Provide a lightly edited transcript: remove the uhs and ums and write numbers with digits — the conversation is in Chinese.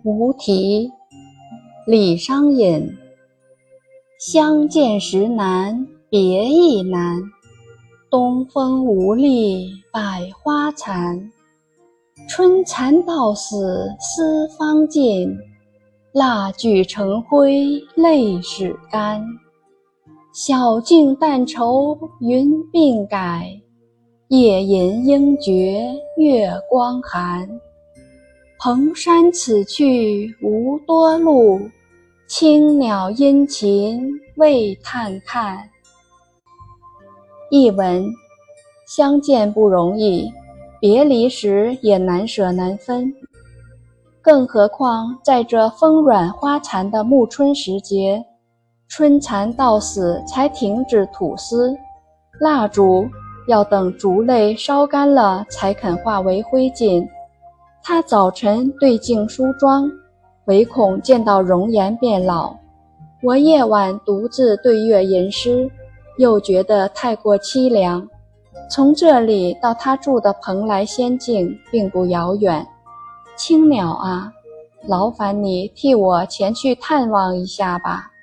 无题，李商隐。相见时难别亦难，东风无力百花残。春蚕到死丝方尽，蜡炬成灰泪始干。晓镜但愁云鬓改，夜吟应觉月光寒。蓬山此去无多路，青鸟殷勤为探看。译文：相见不容易，别离时也难舍难分，更何况在这风软花残的暮春时节，春蚕到死才停止吐丝，蜡烛要等烛泪烧干了才肯化为灰烬。他早晨对镜梳妆，唯恐见到容颜变老；我夜晚独自对月吟诗，又觉得太过凄凉。从这里到他住的蓬莱仙境并不遥远，青鸟啊，劳烦你替我前去探望一下吧。